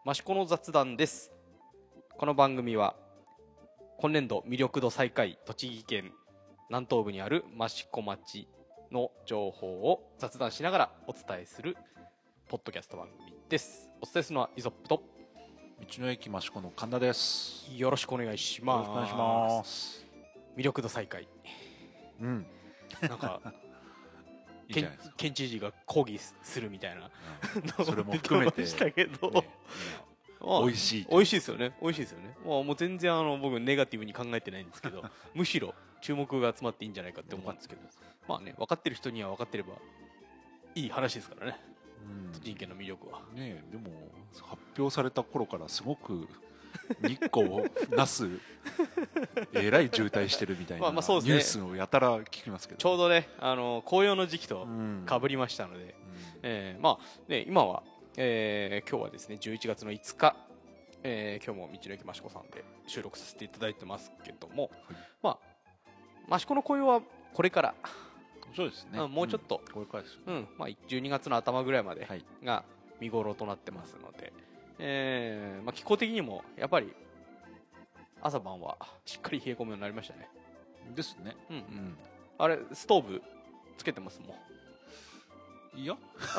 益子の雑談です。この番組は今年度魅力度最下位栃木県南東部にある益子町の情報を雑談しながらお伝えするポッドキャスト番組です。お伝えするのはイゾップと道の駅益子の神田です。 よろしくお願いします。 よろしくお願いします。 魅力度最下位、なんかいいじゃないですか。 県知事が抗議するみたいな、 それも含めて、 出ましたけど、 ね、美味しいですよね。美味しいですよね。もう全然僕ネガティブに考えてないんですけどむしろ注目が集まっていいんじゃないかって思うんですけど、まあね、分かってる人には分かってればいい話ですからね、栃木県の魅力はね。でも発表された頃からすごく日光をなすえらい渋滞してるみたいなニュースをやたら聞きますけど、 ちょうどね、紅葉の時期とかぶりましたので、まあね、今は、今日はですね11月の5日、今日も道の駅益子さんで収録させていただいてますけども、まあ益子の紅葉はこれからそうですね、 もうちょっと、 これからですよね、 まあ、12月の頭ぐらいまでが見頃となってますので、まあ、気候的にもやっぱり朝晩はしっかり冷え込むようになりましたね。 ですね。 あれストーブつけてますもん。 いや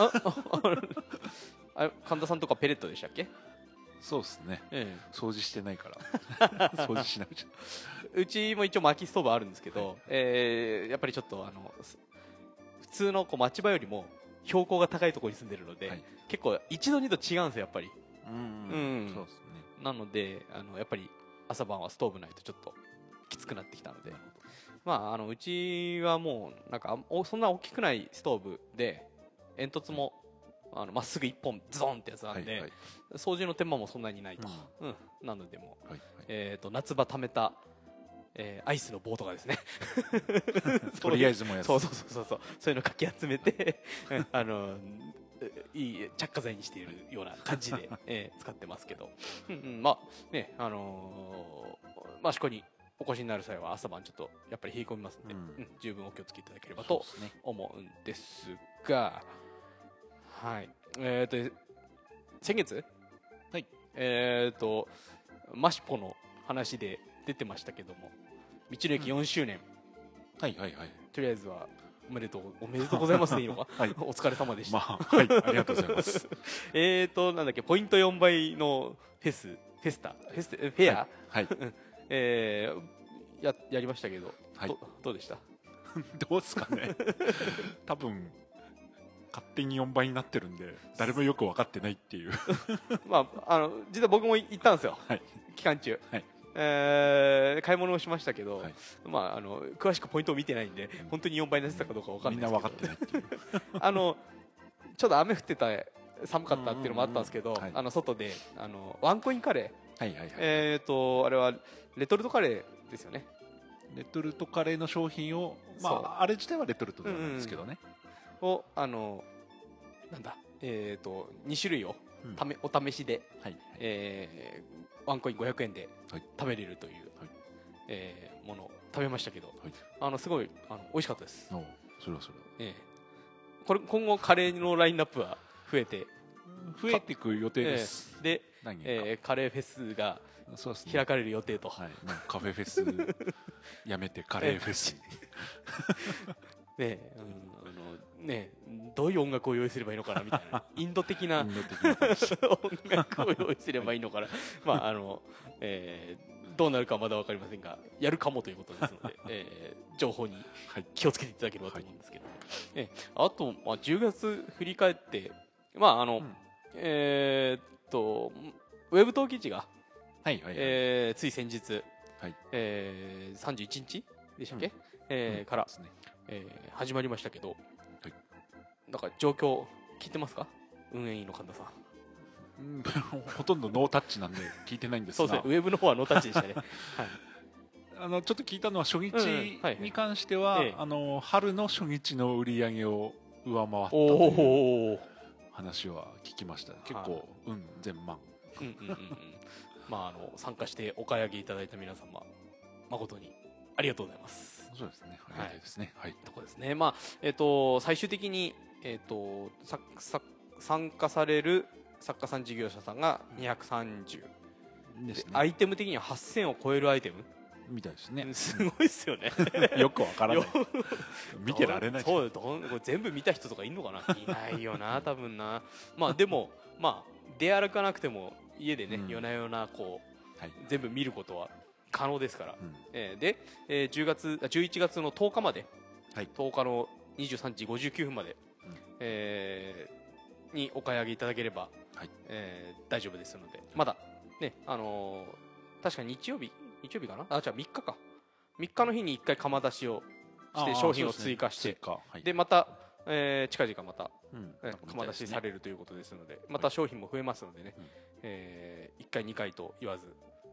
あれ神田さんとかペレットでしたっけ？ そうですね、掃除してないから掃除しなくちゃうちも一応薪ストーブあるんですけど、やっぱりちょっと普通の町場よりも標高が高いところに住んでるので、結構1度2度違うんですよやっぱり。 そうですね。 なのでやっぱり朝晩はストーブないとちょっときつくなってきたので、まあうちはもうなんかそんな大きくないストーブで煙突もまっすぐ1本ズドンってやつなんで、掃除の手間もそんなにないと、なのでもう、夏場貯めた、アイスの棒とかですねとりあえずもやつ、 そういうのかき集めていい着火剤にしているような感じで、使ってますけど、まあね、益子にお越しになる際は朝晩ちょっとやっぱり冷え込みますので、十分お気をつけいただければと思うんですが、はい、先月、マシポの話で出てましたけども、道の駅4周年、とりあえずはおめでとうございますでいいのか、お疲れ様でした。 ありがとうございますなんだっけ、ポイント4倍のフェア、やりましたけど、どうでした？ どうですかね多分勝手に4倍になってるんで誰もよく分かってないっていうまあ実は僕も行ったんですよ、期間中、買い物をしましたけど、まあ詳しくポイントを見てないんで、本当に4倍になってたかどうか分かんないですけど、 みんな分かってないっていうちょっと雨降ってた、寒かったっていうのもあったんですけど、外でワンコインカレー、あれはレトルトカレーですよね。 レトルトカレーの商品を、あれ自体はレトルトなんですけどね、 をなんだ、2種類をお試しで、ワンコイン500円で食べれるという、ものを食べましたけど、すごい美味しかったです。 それはこれ今後カレーのラインナップは増えていく予定です。 で、カレーフェスが開かれる予定と、 カフェフェスやめてカレーフェスどういう音楽を用意すればいいのかなみたいなインド的な音楽を用意すればいいのかなまあどうなるかはまだ分かりませんが、やるかもということですので、情報に気をつけていただければと思うんですけど、あと、10月振り返って、ウェブトー記事が、つい先日、31日でしたっけ、から、始まりましたけど、なんか状況聞いてますか、運営員の神田さん。 ほとんどノータッチなんで聞いてないんですが、 そうですね、ウェブの方はノータッチでしたねちょっと聞いたのは初日に関しては、春の初日の売り上げを上回ったという話は聞きました。結構全満まあ参加してお買い上げいただいた皆様、誠にありがとうございます。 そうですね、ありがたいですね。 とこですね。まあ最終的に参加される作家さん事業者さんが230 ですね。 アイテム的には8000を超えるアイテムみたいですね。 すごいですよねよくわからない。見てられない。 そうこれ全部見た人とかいるのかな。いないよな多分な。まあでもまあ出歩かなくても家でね、夜な夜なこう、全部見ることは可能ですから、で、11月の10日まで、10日の23時59分まで、にお買い上げいただければ、大丈夫ですので、まだね、確か日曜日かな、じゃあ3日か、3日の日に1回釜出しをして商品を追加して、でまた、近々また、釜出しされるということですので、また商品も増えますのでね、1回2回と言わず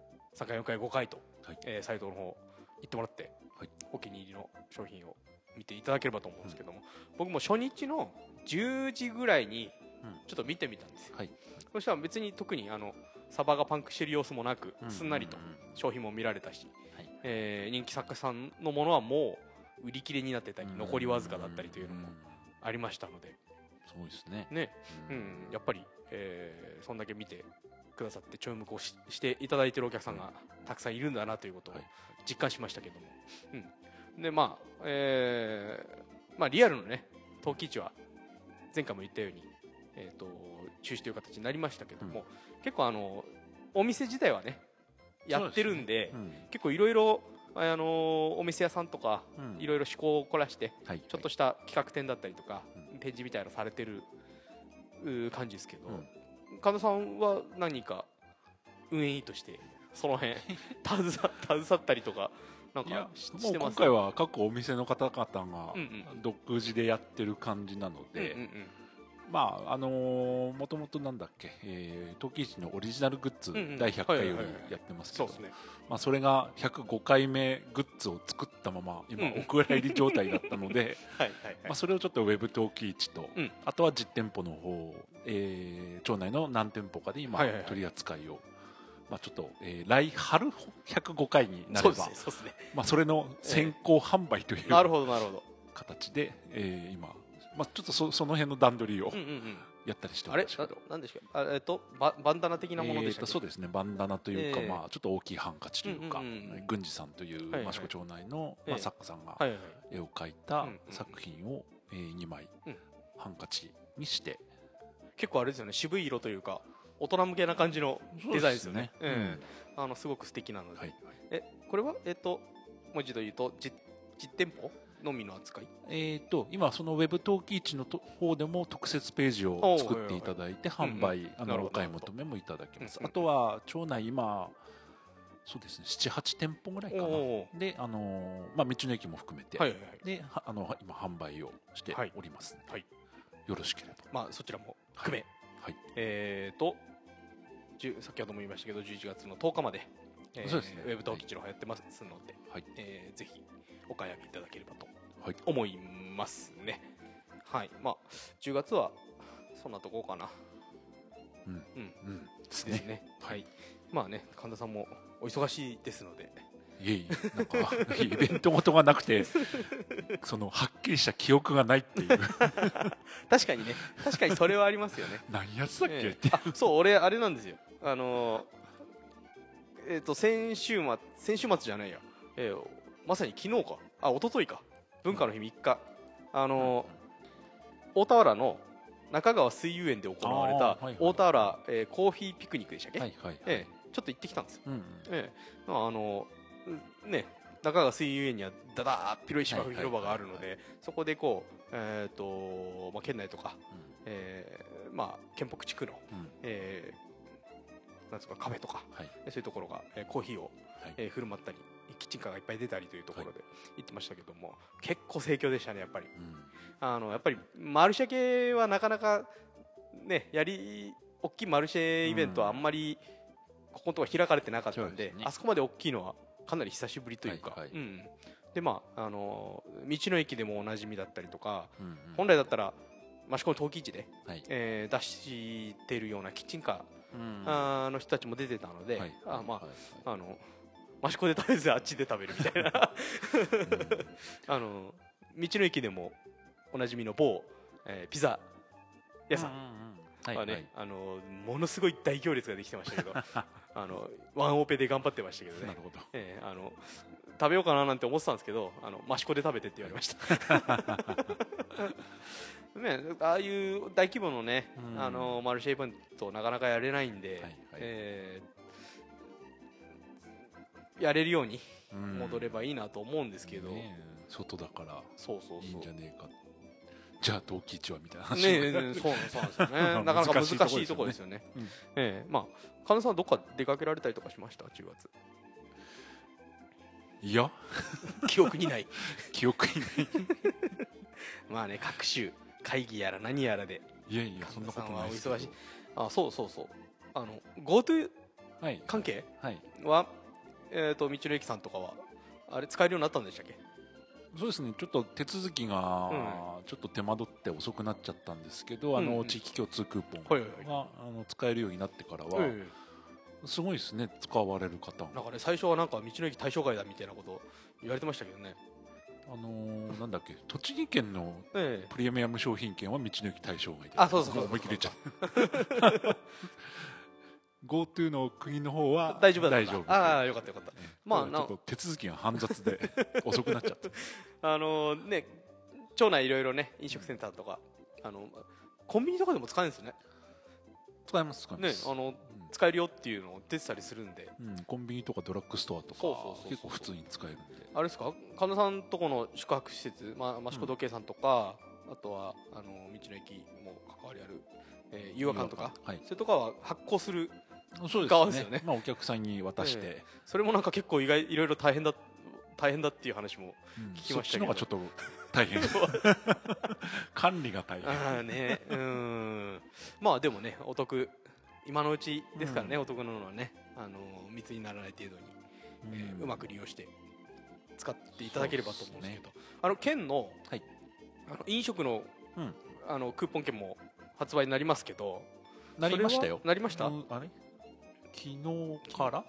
3回4回5回と、サイトの方行ってもらって、お気に入りの商品を見ていただければと思うんですけども、僕も初日の10時ぐらいにちょっと見てみたんですよ。そしたら別に特にサバがパンクしてる様子もなく、すんなりと商品も見られたし、人気作家さんのものはもう売り切れになってたり残りわずかだったりというのもありましたので、 そうですね。 やっぱり、そんだけ見てくださって注目をしていただいているお客さんがたくさんいるんだなということを実感しましたけども、でまあリアルのね陶器市は前回も言ったように、中止という形になりましたけども、結構お店自体はねやってるんで、結構いろいろお店屋さんとかいろいろ趣向を凝らして、ちょっとした企画展だったりとか、展示みたいなのされてる感じですけど、神田さんは何か運営としてその辺携ったりとかなんかしてます？ 今回は各お店の方々が独自でやってる感じなので、まあもともとなんだっけ、陶器市のオリジナルグッズ第100回よりやってますけど、まあそれが105回目グッズを作ったまま今お蔵入り状態だったので、まあそれをちょっとウェブ陶器市と、あとは実店舗の方、町内の何店舗かで今取り扱いを、まあちょっと来春105回になれば、まあそれの先行販売という形で今。まあ、ちょっとその辺の段取りをやったりしておりましたけど、 何ですか、バンダナ的なものでしたっけ？ そうですね、バンダナというか、まあちょっと大きいハンカチというか、郡司さんという益子町内の作家さんが絵を描いた作品を2枚ハンカチにして、 結構あれですよね、渋い色というか大人向けな感じのデザインですよね。すごく素敵なので、これはもう一度言うと実店舗のみの扱い？ 今そのウェブ陶器市の方でも特設ページを作っていただいて販売、お買い求めもいただけます。あとは町内今そうですね 7,8 店舗ぐらいかなでまあ道の駅も含めてで今販売をしております。よろしければまあそちらも含め、先ほども言いましたけど11月の10日までウェブ陶器市の方やってますので、ぜひお買い上げいただければと思いますね。まあ10月はそんなとこかな。ですね。まあね、神田さんもお忙しいですので。 なんかイベントごとがなくてそのはっきりした記憶がないっていう確かにそれはありますよね。 何やつだっけって、 そう俺あれなんですよ、先週末じゃないや、まさに昨日か一昨日か文化の日3日大田原の中川水遊園で行われた大田原コーヒーピクニックでしたっけ？ちょっと行ってきたんですよ。ね、中川水遊園にはだだー広い芝生広場があるので、そこでこうまあ県内とかまあ県北地区のなんですかカフェとかそういうところがコーヒーを振る舞ったりキッチンカーがいっぱい出たりというところで行ってましたけども、結構盛況でしたね。やっぱりやっぱりマルシェ系はなかなかね大きいマルシェイベントはあんまりここのところ開かれてなかったんで、あそこまで大きいのはかなり久しぶりというか、でまあ道の駅でもおなじみだったりとか、本来だったら益子の陶器市で出しているようなキッチンカーの人たちも出てたので、まあ益子で食べずあっちで食べるみたいな道の駅でもおなじみの某ピザ屋さんはね、ものすごい大行列ができてましたけどワンオペで頑張ってましたけどね。 なるほど。 食べようかななんて思ってたんですけど益子で食べてって言われましたね、ああいう大規模のね、マルシェイベントなかなかやれないんで、やれるように戻ればいいなと思うんですけど、 外だからいいんじゃねえか。じゃあ同期一はみたいな話ね。そうなんですよね。なかなか難しいところですよね。まあ神田さんはどっか出かけられたりとかしました10月？ いや記憶にない記憶にないまあね、各種会議やら何やらで、 いやいやそんなことないですけど。 お忙しい。そうそうそう、GoTo 関係は道の駅さんとかはあれ使えるようになったんでしたっけ？ そうですね、ちょっと手続きがちょっと手間取って遅くなっちゃったんですけど、地域共通クーポンが使えるようになってからはすごいですね、使われる方なんかね、最初はなんか道の駅対象外だみたいなこと言われてましたけどね。 なんだっけ、栃木県のプレミアム商品券は道の駅対象外で、 そうそうそう、 思い切れちゃうGoTo の国の方は大丈夫だ。 大丈夫。 ああ、よかったよかった。 まあちょっと手続きが煩雑で遅くなっちゃった。 ね、町内いろいろね、飲食センターとかコンビニとかでも使えるんですよね。 使えます使えます。 ね、使えるよっていうのを出てたりするんで、 コンビニとかドラッグストアとか結構普通に使えるんで。 あれですか、神田さんとこの宿泊施設、益子時計さんとか、あとは道の駅も関わりある遊和館とか、そういうとこは発行する側ですよね。 まあお客さんに渡して、 それもなんか結構いろいろ大変だっていう話も聞きましたけど、 そっちの方がちょっと大変管理が大変まあでもね、お得、今のうちですからね、お得なのはね、密にならない程度にうまく利用して使っていただければと思うんですけど、県の飲食のクーポン券も発売になりますけど、 なりましたよ。 なりました。 あれ昨日から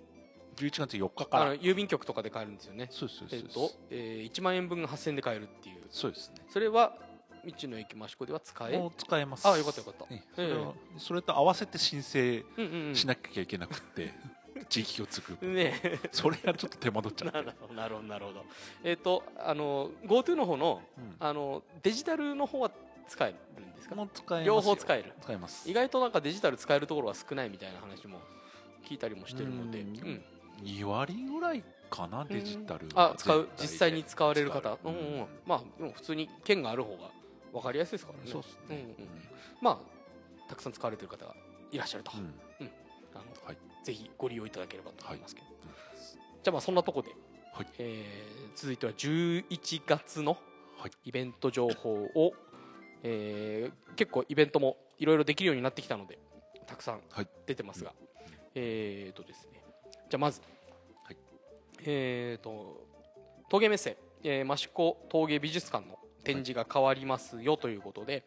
11月4日から郵便局とかで買えるんですよね。 そうです。 1万円分が8000円で買えるっていう。 そうですね。 それは道の駅益子では使えます。 よかったよかった。 それと合わせて申請しなきゃいけなくて、地域共通クーポンね、それがちょっと手間取っちゃって。 なるほど。GoTo の方のデジタルの方は使えるんですか？両方使える。 使えます。 意外となんかデジタル使えるところは少ないみたいな話も聞いたりもしてるので、 2割ぐらいかな、デジタル実際に使われる方。まあでも普通に券がある方が分かりやすいですからね。 そうですね。 まあたくさん使われてる方がいらっしゃると、ぜひご利用いただければと思いますけど、じゃあまあそんなとこで、続いては11月のイベント情報を、結構イベントもいろいろできるようになってきたのでたくさん出てますが、ですね、じゃあまず、陶芸メッセ、益子陶芸美術館の展示が変わりますよということで、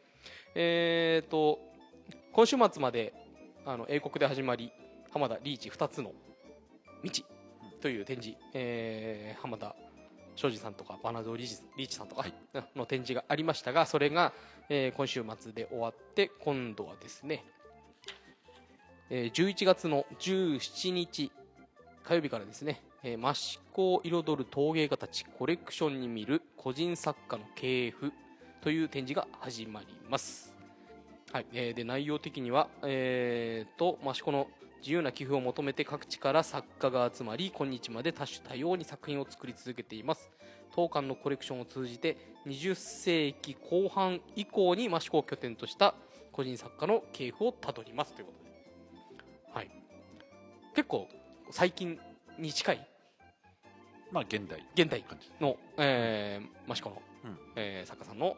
今週末まで英国で始まり浜田リーチ2つの道という展示、浜田庄司さんとかバナドリーチさんとかの展示がありましたが、それが、今週末で終わって、今度はですね、11月の17日火曜日からですね、益子を彩る陶芸家たちコレクションに見る個人作家の系譜という展示が始まります。で内容的には、益子の自由な寄付を求めて各地から作家が集まり、今日まで多種多様に作品を作り続けています。当館のコレクションを通じて20世紀後半以降に益子を拠点とした個人作家の系譜をたどりますということで、結構最近に近い、 まあ現代の、益子の、作家さんの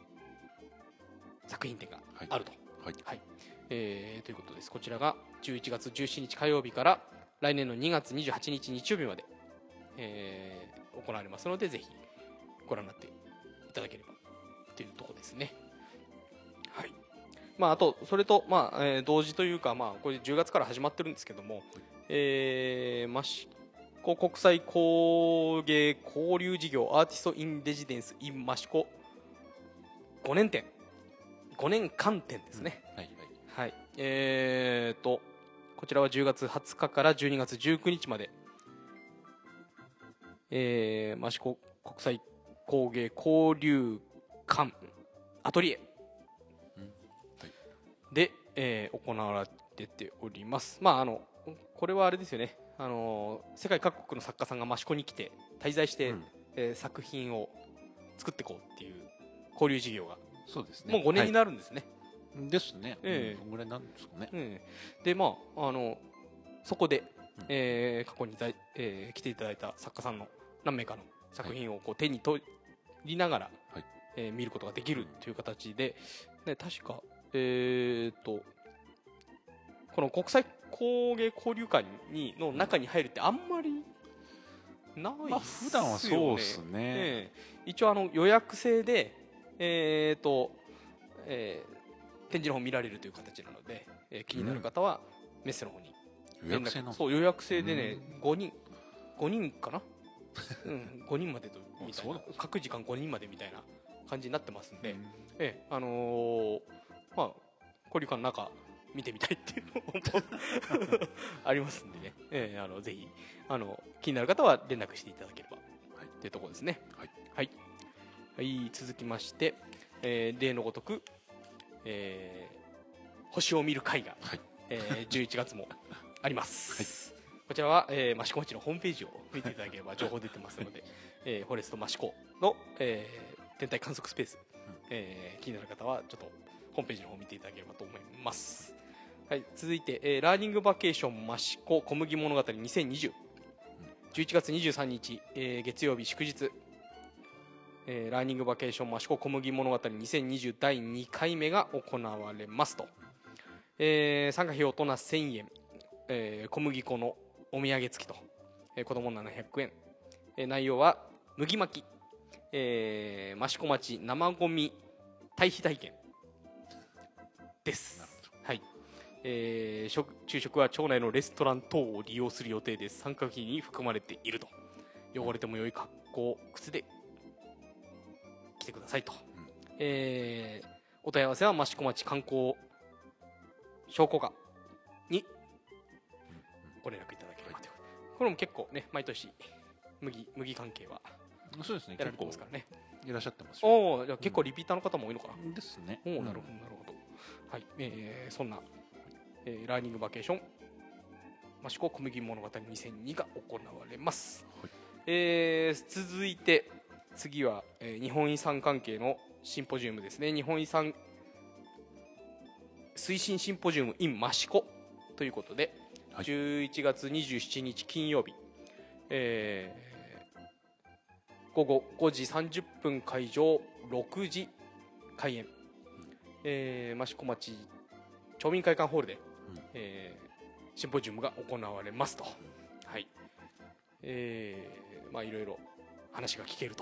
作品展があると。ということです。こちらが11月17日火曜日から来年の2月28日日曜日まで、行われますので、ぜひご覧になっていただければというところですね。あとそれと、同時というか、これ10月から始まってるんですけども、益子国際工芸交流事業アーティスト・イン・レジデンス in 益子5年間展ですね、 こちらは10月20日から12月19日まで、益子国際工芸交流館アトリエで、行われております。これはあれですよね、世界各国の作家さんが益子に来て滞在して、作品を作っていこうっていう交流事業が、 そうですね、 もう5年になるんですね。 ですね。どのぐらいなんですかね。 でそこで、過去に来ていただいた作家さんの何名かの作品をこう手に取りながら、見ることができるという形で、確かこの国際工芸交流館の中に入るってあんまりないっすよね。 普段はそうですね。 一応予約制で展示の方見られるという形なので、気になる方はメッセの方に予約制のそう予約制でね、5人かな5人までとみたいな、各時間5人までみたいな感じになってますんで、交流館の中見てみたいっていうのもありますんでね、ぜひ気になる方は連絡していただければというところですね。続きまして、例のごとく、星を見る会が、11月もあります。こちらは、益子町のホームページを見ていただければ情報出てますので、フォレスト益子の、天体観測スペース、気になる方はちょっとホームページの方を見ていただければと思います。続いて、ラーニングバケーション益子小麦物語2020、11月23日、月曜日祝日、ラーニングバケーション益子小麦物語2020第2回目が行われますと、参加費用大人1000円、小麦粉のお土産付きと、子供700円、内容は麦巻き、益子町生ゴミ堆肥体験です。昼食は町内のレストラン等を利用する予定で参加費に含まれていると。汚れても良い格好靴で来てくださいと、お問い合わせは益子町観光商工課にご連絡いただければということで、これも結構ね、毎年麦関係はそうですね、 やられてますからね。 いらっしゃってますよ。 じゃあ結構リピーターの方も多いのかな。 ですね。 なるほどなるほど。そんな、ラーニングバケーション益子小麦物語2002が行われます。続いて次は、日本遺産関係のシンポジウムですね。日本遺産推進シンポジウム in 益子ということで、11月27日金曜日、午後5時30分会場、6時開演、益子町町民会館ホールで、シンポジウムが行われますと。いろいろ話が聞けると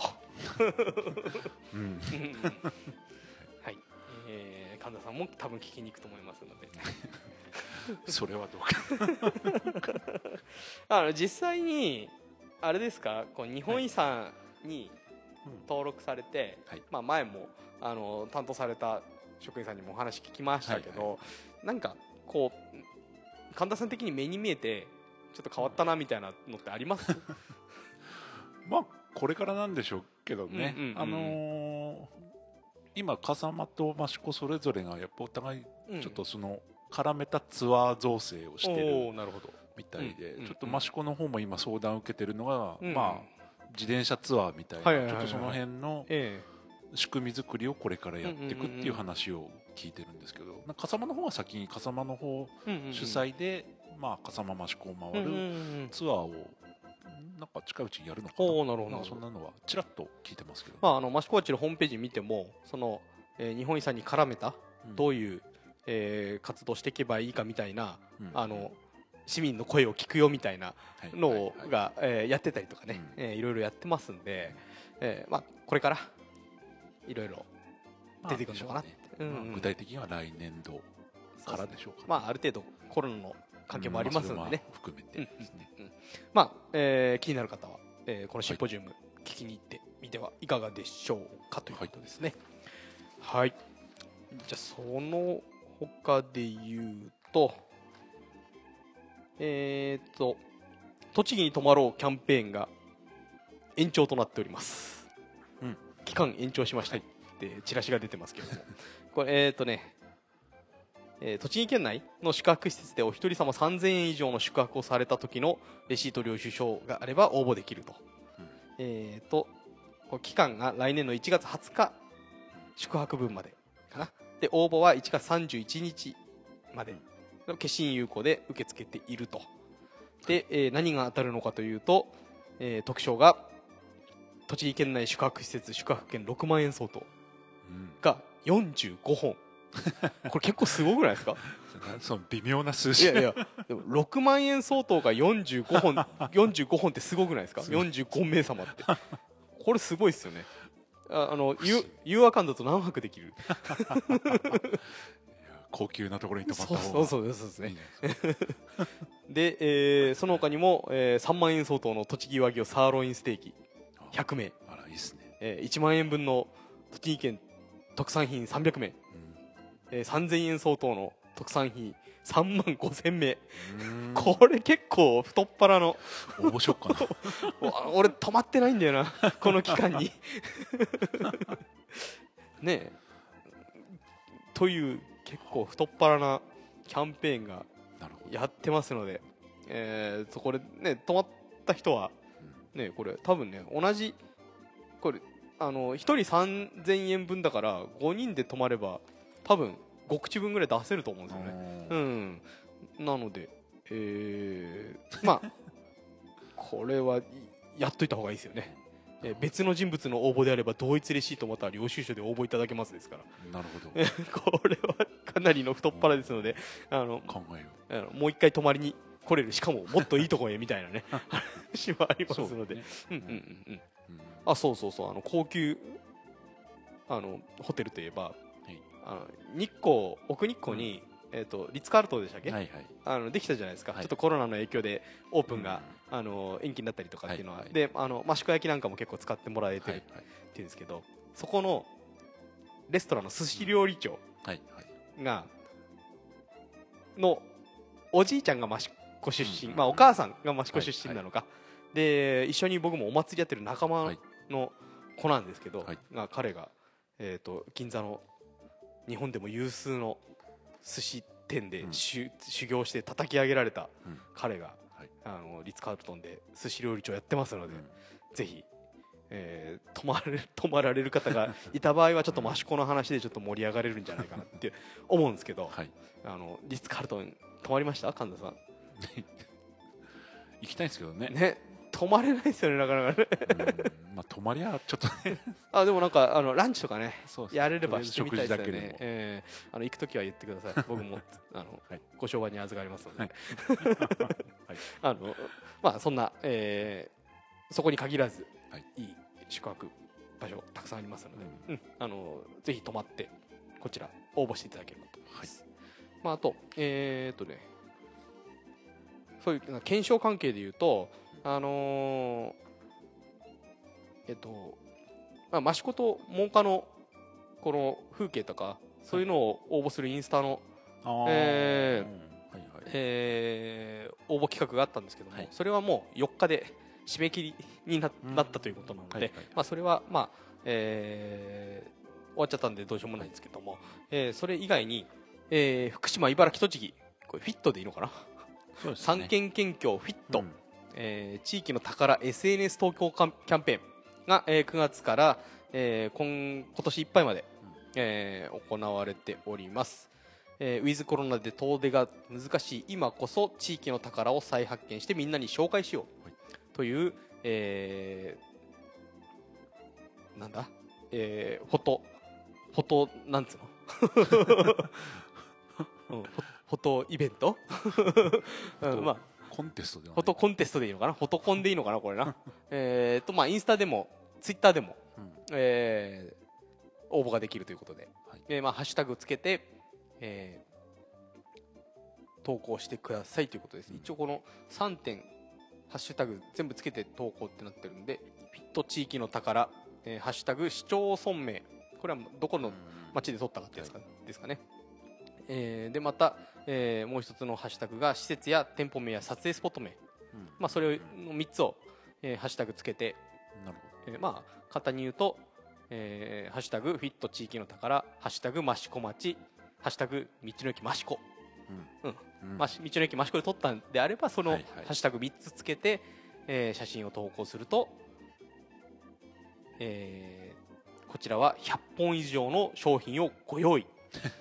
神田さんも多分聞きに行くと思いますのでそれはどうか実際にあれですか、こう日本遺産に登録されて、前も担当された職員さんにもお話聞きましたけど、なんかこう神田さん的に目に見えてちょっと変わったなみたいなのってありますこれからなんでしょうけどね、今笠間と益子それぞれがやっぱお互いちょっとその絡めたツアー造成をしてるみたいで、ちょっと益子の方も今相談を受けてるのが、自転車ツアーみたいな、ちょっとその辺の仕組み作りをこれからやっていくっていう話を聞いてるんですけど、笠間の方は先に笠間の方主催で笠間益子を回るツアーをなんか近いうちにやるのかな、そんなのはちらっと聞いてますけど、 益子町のホームページ見てもその、日本遺産に絡めたどういう、活動していけばいいかみたいな、市民の声を聞くよみたいなのがやってたりとかね、いろいろやってますんで、これからいろいろ出てくるのかなって、 具体的には来年度からでしょうか、 ある程度コロナの関係もありますのでね、 含めてですね、 気になる方は、このシンポジウム聞きに行ってみてはいかがでしょうかということですね。じゃあその他で言うと、栃木に泊まろうキャンペーンが延長となっております、うん、期間延長しましたってチラシが出てますけどもこれ栃木県内の宿泊施設でお一人様3000円以上の宿泊をされた時のレシート領収書があれば応募できると、期間が来年の1月20日宿泊分までかな。で応募は1月31日までの消印有効で受け付けていると。で、何が当たるのかというと、特賞が栃木県内宿泊施設宿泊券6万円相当が45本、これ結構すごくないですかその微妙な数字。 いやいやでも6万円相当が45本45本ってすごくないですか。45名様ってこれすごいですよね。ユーアカンだと何泊できる高級なところに泊まった方がそうですね。で、その他にも、3万円相当の栃木和牛サーロインステーキ100名、 あらいいですね。 1万円分の栃木県特産品300名、3000円相当の特産品3万5000名。これ結構太っ腹の応募しよっかな俺泊まってないんだよなこの期間にねえという結構太っ腹なキャンペーンがやってますので、これね泊まった人はねこれ多分ね同じこれ1人3000円分だから5人で泊まれば多分5口分ぐらい出せると思うんですよね。なので、まあこれはやっといた方がいいですよね。別の人物の応募であれば同一レシートまたは領収書で応募いただけますですから。 なるほどこれはかなりの太っ腹ですので、 考えよもう一回泊まりに来れる、しかももっといいところへみたいなね話はありますので、そう高級ホテルといえば、日光奥日光に、リッツカールトンでしたっけ、できたじゃないですか、ちょっとコロナの影響でオープンが、延期になったりとかっていうのは、で益子焼きなんかも結構使ってもらえてるっていうんですけど、そこのレストランの寿司料理長がのおじいちゃんが益子出身、お母さんが益子出身なのか、で一緒に僕もお祭りやってる仲間の子なんですけど、彼が、銀座の日本でも有数の寿司店で、修行して叩き上げられた彼が、リッツ・カールトンで寿司料理長やってますので、ぜひ、泊まられる方がいた場合はちょっと益子の話でちょっと盛り上がれるんじゃないかなって思うんですけど、リッツ・カールトン泊まりました神田さん行きたいんですけどね。 泊まれないですよねなかなかね泊まりはちょっとねでもなんかランチとかねやれればしてみたいですよね。行くときは言ってください僕もご商売に預かりますのでそんな、そこに限らず、いい宿泊場所たくさんありますので、ぜひ泊まってこちら応募していただければと思います。あとそういう検証関係でいうと益子と真岡のこの風景とかそういうのを応募するインスタの、応募企画があったんですけども、それはもう4日で締め切りになったということなので、それは終わっちゃったんでどうしようもないんですけども、それ以外に、福島、茨城、栃木これフィットでいいのかな、3県県境フィット、地域の宝 SNS 東京キャンペーンが、9月から、今年いっぱいまで、行われております。ウィズコロナで遠出が難しい今こそ地域の宝を再発見してみんなに紹介しようという、なんだ、フォトなんつうのフォトイベントコンテストでフォトコンテストでいいのかな、フォトコンでいいのかなこれなインスタでもツイッターでも、応募ができるということで、ハッシュタグをつけて、投稿してくださいということです。一応この3点ハッシュタグ全部つけて投稿ってなってるんで、フィット地域の宝、ハッシュタグ市町村名、これはどこの町で撮ったかってやつですかね、 でまた、もう一つのハッシュタグが施設や店舗名や撮影スポット名、まあ、それの3つを、ハッシュタグつけて、 なるほど。 まあ、簡単に言うと、ハッシュタグフィット地域の宝、ハッシュタグ益子町、ハッシュタグ道の駅益子、まあ、道の駅益子で撮ったんであればそのハッシュタグ3つつけて、写真を投稿すると、こちらは100本以上の商品をご用意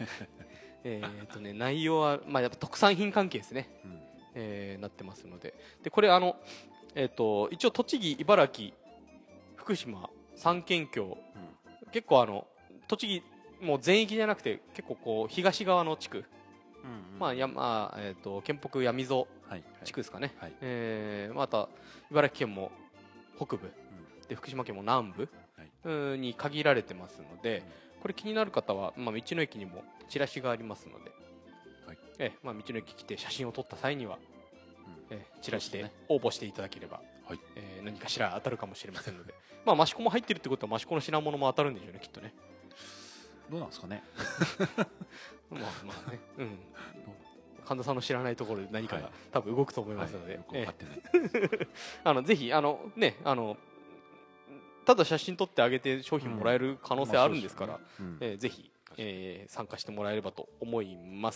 内容は、まあ、やっぱ特産品関係ですね、なってますので、これ一応栃木、茨城、福島3県境、結構栃木もう全域じゃなくて結構こう東側の地区、まあ県北闇溝地区ですかね、また茨城県も北部、で福島県も南部、に限られてますので、これ気になる方は、まあ、道の駅にもチラシがありますので、まあ、道の駅来て写真を撮った際には、チラシで応募していただければ、何かしら当たるかもしれませんので、まあ、益子も入ってるってことは益子の品物も当たるんでしょうね、きっとね。 どうなんですかねまあね、神田さんの知らないところで何かが多分動くと思いますので、ぜひね、ただ写真撮ってあげて商品もらえる可能性あるんですから、ぜひ、参加してもらえればと思います。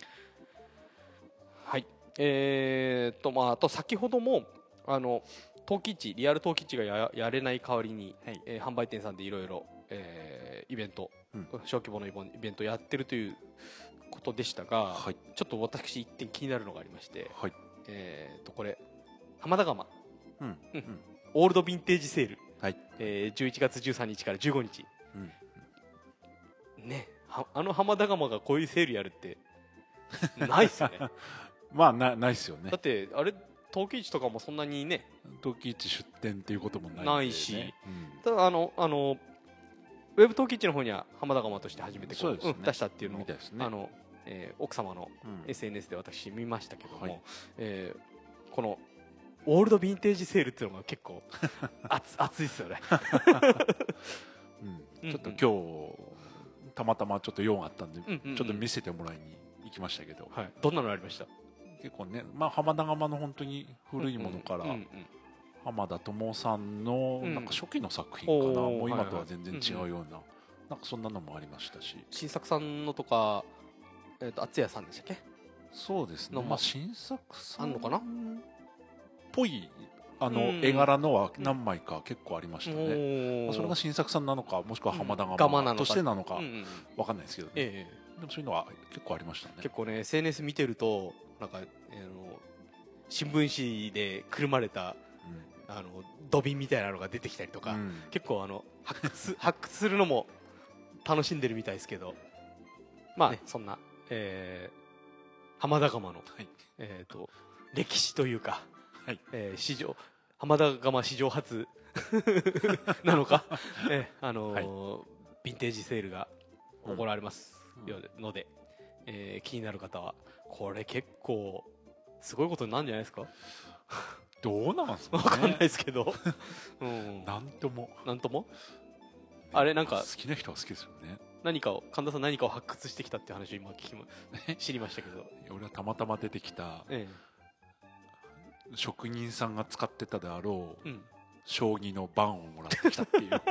はい。まあ、あと先ほども陶器市、リアル陶器市がやれない代わりに、販売店さんでいろいろイベント、小規模のイベントやってるということでしたが、ちょっと私一点気になるのがありまして、これ浜田窯、オールドヴィンテージセール、11月13日から15日、ね、浜田窯がこういうセールやるってないっすよねまあないっすよね。 だってあれ陶器市とかもそんなにね、 陶器市出店っていうこともないし、ただウェブ陶器市の方には浜田窯として初めて出したっていうのを奥様の SNS で私見ましたけども、このオールドヴィンテージセールっていうのが結構熱いっすよねちょっと今日たまたまちょっと用があったんで、ちょっと見せてもらいに行きましたけど、 どんなのありました？ 結構ね、まあ、浜田窯の本当に古いものから、浜田智さんのなんか初期の作品かな、もう今とは全然違うような、なんかそんなのもありましたし、 新作さんのとか、厚谷さんでしたっけ？ そうですね、まあ、新作さんあんのかなっぽい絵柄のは何枚か結構ありましたね、それが新作さんなのかもしくは浜田窯としてなのか分かんないですけどね、でもそういうのは結構ありましたね。 結構ね SNS 見てるとなんか新聞紙でくるまれた土瓶みたいなのが出てきたりとか、結構発掘するのも楽しんでるみたいですけど、まあね、そんな、浜田窯の、歴史というか、浜田窯史上初なのか、ヴィンテージセールが行われますので、気になる方はこれ結構すごいことになるんじゃないですか。 どうなんですかね、 分かんないですけどなんともあれなんか好きな人は好きですよね。 神田さん何かを発掘してきたって話を今知りましたけど俺はたまたま出てきた、職人さんが使ってたであろう、将棋の盤をもらってきたっていう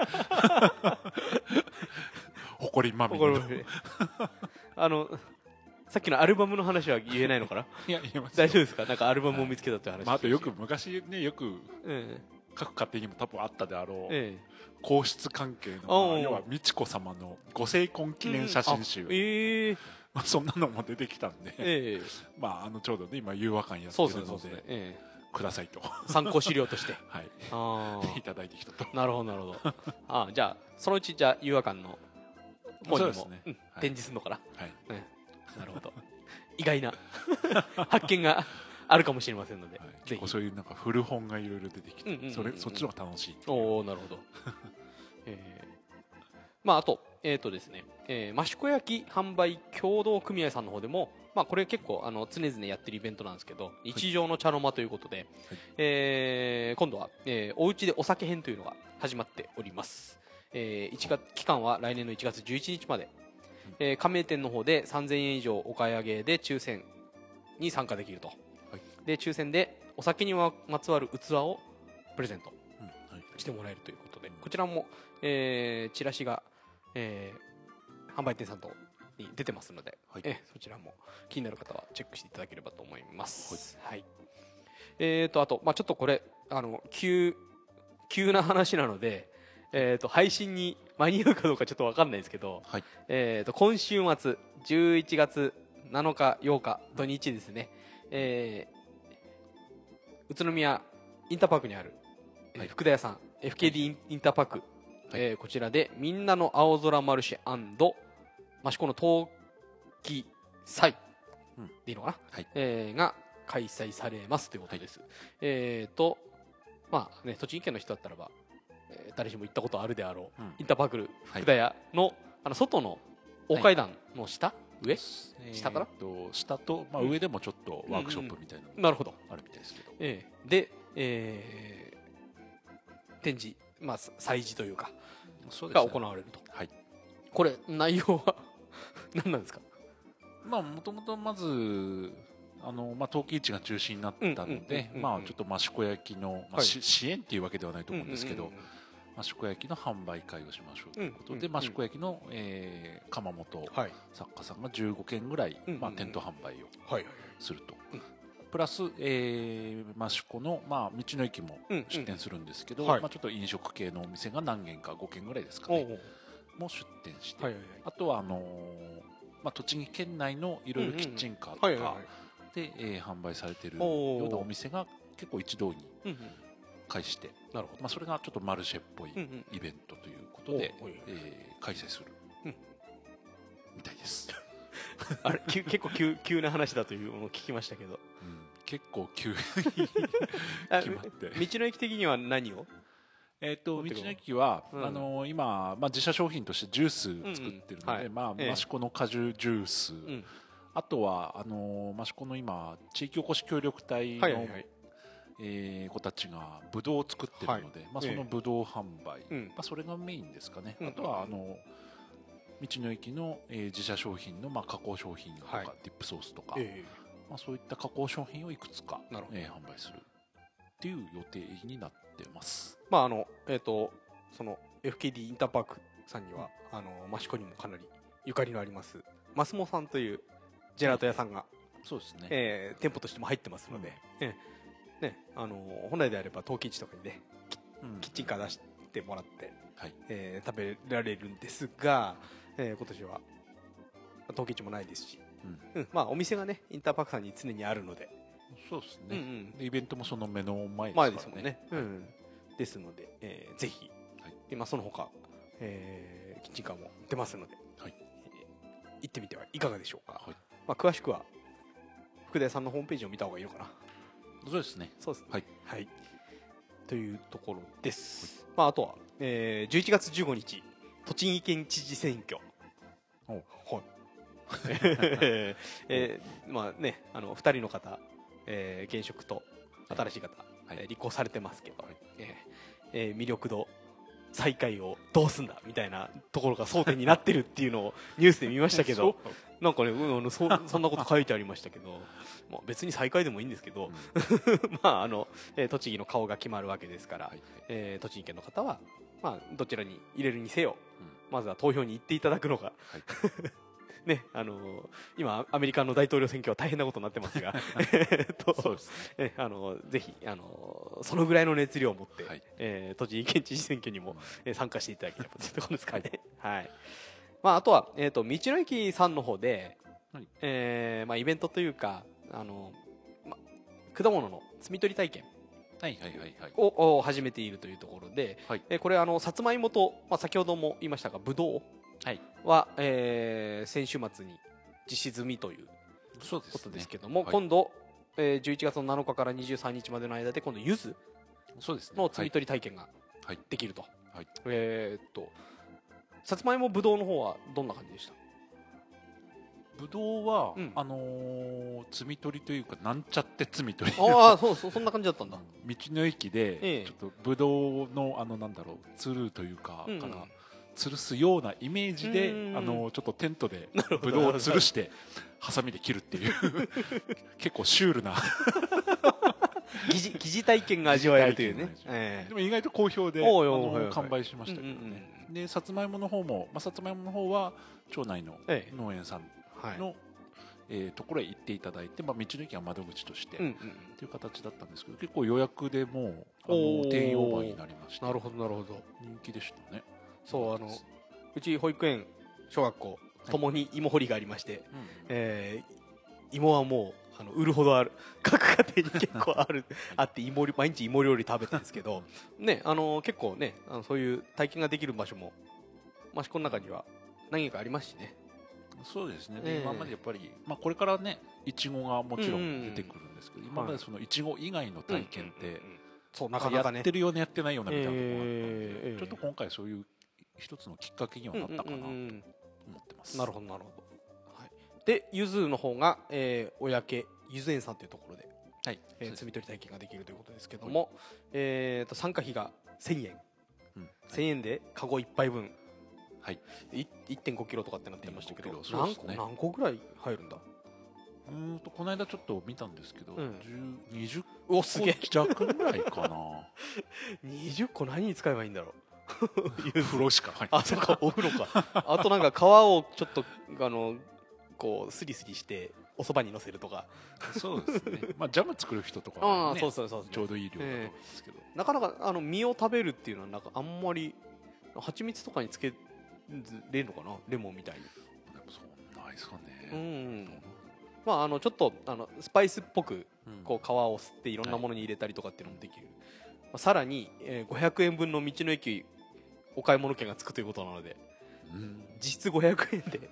誇りまみれのさっきのアルバムの話は言えないのかな。 いや言えます。 大丈夫ですか？なんかアルバムを見つけたって話、 あとよく昔ね、よく各家庭にも多分あったであろう、皇室関係の、要は美智子様のご成婚記念写真集、そんなのも出てきたんで、まあちょうどね今融和館やってるのでくださいと参考資料としていただいてきたと。 なるほどなるほど。じゃあそのうち融和館の方にも展示するのかな。なるほど。意外な発見があるかもしれませんので、ぜひそういうなんか古本がいろいろ出てきて、そっちの方が楽しい。 おお、なるほど。まああとですね、益子焼販売協同組合さんの方でも、まあこれ結構常々やってるイベントなんですけど、日常の茶の間ということで、今度はおうちでお酒編というのが始まっております。期間は来年の1月11日まで。 加盟店の方で3000円以上お買い上げで抽選に参加できると、で抽選でお酒にまつわる器をプレゼントしてもらえるということで、こちらも、チラシが、販売店さんとに出てますので、そちらも気になる方はチェックしていただければと思います。はい。あと、ちょっとこれ急な話なので、配信に間に合うかどうかちょっと分かんないですけど、今週末11月7日8日土日ですね、宇都宮インターパークにある、福田屋さん FKD インターパーク、こちらでみんなの青空マルシェ&益子の冬季祭でいいのかな、が開催されますということです。栃木県の人だったらば、誰しも行ったことあるであろう、インターパーク福田屋の、外の大階段の下、上、下かな、 下と、上でもちょっとワークショップみたいななるほどあるみたいですけど、 で、展示、催事というかが行われると。これ内容は何なんですか？ もともとまず陶器市が中止になったので、ちょっと益子焼の、支援っていうわけではないと思うんですけど、益子焼の販売会をしましょうということで、益子焼の、窯元作家さんが15件ぐらい、店頭販売をすると、プラス、益子の、道の駅も出店するんですけど、ちょっと飲食系のお店が何軒か5軒ぐらいですかねも出店して、あとは栃木県内のいろいろキッチンカーとかで販売されているようなお店が結構一堂に会して、それがちょっとマルシェっぽいイベントということで開催するみたいですあれ結構急な話だというのを聞きましたけど、 結構急に決まって道の駅的には何を道の駅は、今、自社商品としてジュース作ってるので、益子の果汁ジュース、あとは益子の今地域おこし協力隊の、子たちがブドウを作ってるので、そのブドウ販売、それがメインですかね。あとは道の駅の、自社商品の、加工商品とか、ディップソースとか、そういった加工商品をいくつか、販売するっていう予定になってます。 その FKD インターパークさんには益子にもかなりゆかりのありますマスモさんというジェラート屋さんが、 そうですね、 店舗としても入ってますので、本来であれば陶器市とかにねキッチンカー出してもらって、食べられるんですが、今年は陶器市もないですし、お店がねインターパークさんに常にあるので、 そうですね、イベントもその目の前ですもんね。ですので、ぜひ、その他、キッチンカーも出ますので、行ってみてはいかがでしょうか。詳しくは福田屋さんのホームページを見た方がいいのかな。 そうですね。 そうですね。はい。というところです。あとは、11月15日栃木県知事選挙。2人の方、現職と新しい方、立候補されてますけど、魅力度最下位をどうすんだみたいなところが争点になってるっていうのをニュースで見ましたけどなんかね、そんなこと書いてありましたけど、別に最下位でもいいんですけど栃木の顔が決まるわけですから、栃木県の方は、どちらに入れるにせよ、まずは投票に行っていただくのが、ね、今アメリカの大統領選挙は大変なことになってますがぜひそのぐらいの熱量を持って、栃木県知事選挙にも、参加していただければというところですかね。あとは、道の駅さんの方で、イベントというか果物の摘み取り体験を始めているというところで、これさつまいもと、先ほども言いましたがぶどうは、先週末に実施済みということですけども、今度、11月の7日から23日までの間で今度柚子の摘み取り体験ができると。さつまいもぶどうの方はどんな感じでした？ ぶどうは、摘み取りというかなんちゃって摘み取りそんな感じだったんだ。 道の駅で、ちょっとぶどうのつるというか、から吊るすようなイメージでちょっとテントでブドウを吊るしてハサミで切るっていう結構シュールな疑似体験が味わえるというね。 でも意外と好評で完売しましたけどね。でさつまいもの方も、さつまいもの方は町内の農園さんのところへ行っていただいて、道の駅は窓口としてっていう形だったんですけど、結構予約でもう定員オーバーになりまして。 なるほどなるほど。 人気でしたね。 そううち保育園小学校ともに芋掘りがありまして、芋はもう売るほどある、各家庭に結構あって毎日芋料理食べてるんですけどね、結構ねそういう体験ができる場所も益子の中には何軒かありますしね。 そうですね。今までやっぱりこれからねいちごがもちろん出てくるんですけど、今までそのいちご以外の体験ってそうなかなかねやってるようなやってないようなみたいなところがあったので、ちょっと今回そういう一つのきっかけにはなったかなと思ってます。 なるほどなるほど。でゆずの方が小焼ゆず園さんというところで摘み取り体験ができるということですけども、参加費が1000円、1000円でカゴ1杯分、1.5 キロとかってなってましたけど、何個ぐらい入るんだ。 この間ちょっと見たんですけど、20 個弱ぐらいかな。 20個何に使えばいいんだろう。風呂しか入ってない。そうか、お風呂か。あとなんか皮をちょっとこうスリスリしてお蕎麦にのせるとか。 そうですね。ジャム作る人とかはね、ちょうどいい量だと思うんですけど、 なかなか実を食べるっていうのはなんかあんまり蜂蜜とかにつけれるのかな、レモンみたいに。 でもそんなですかね。 ちょっとスパイスっぽくこう皮を吸っていろんなものに入れたりとかっていうのもできる。さらに500円分の道の駅お買い物券がつくということなので、実質500円で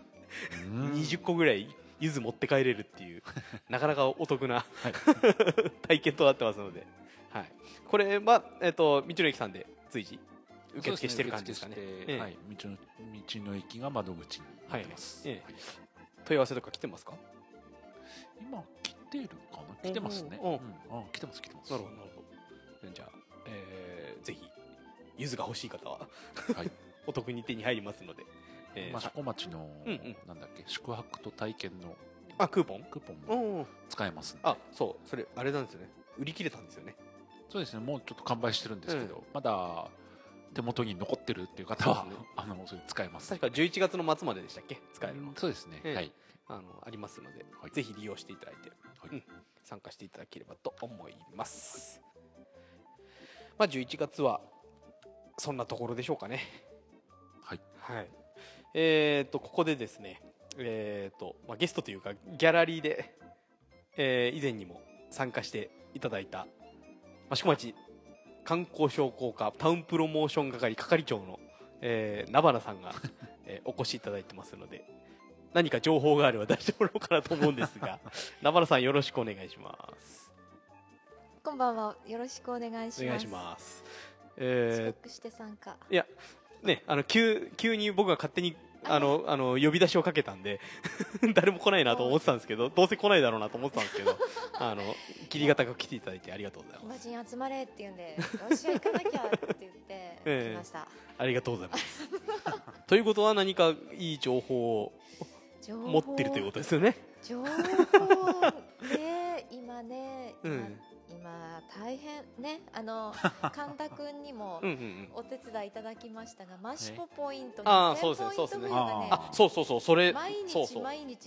20個ぐらい柚子持って帰れるっていうなかなかお得な体験となってますので、これは道の駅さんで随時受付してる感じですかね。 道の駅が窓口になってます。 問い合わせとか来てますか？ 今来てるかな。来てますね。来てます。 なるほどなるほど。じゃあぜひ柚子が欲しい方はお得に手に入りますので、 益子町のなんだっけ、宿泊と体験のクーポンも使えますんで。 そうそれあれなんですよね。売り切れたんですよね。 そうですね。もうちょっと完売してるんですけど、まだ手元に残ってるっていう方はそれ使えます。 確か11月の末まででしたっけ、使えるの。 そうですね。 ありますので、ぜひ利用していただいて参加していただければと思います。11月はそんなところでしょうかね。ここでですね、ゲストというかギャラリーで、以前にも参加していただいた益子町観光商工課タウンプロモーション係長の、名花さんが、お越しいただいてますので、何か情報があれば出してもらおうかなと思うんですが名花さんよろしくお願いします。 こんばんは、よろしくお願いします。 お願いします。 遅刻して参加。 いやね、急に僕が勝手に呼び出しをかけたんで誰も来ないなと思ってたんですけど、どうせ来ないだろうなと思ってたんですけど切りがたく来ていただいてありがとうございます。 暇人集まれって言うんで、よし行かなきゃって言って来ました。 ありがとうございますということは何かいい情報を持ってるということですよね。 情報ね、今大変ね、神田君にもお手伝いいただきましたが、マシポポイント2000ポイント付与がね、 そうそれ毎日2000ポイン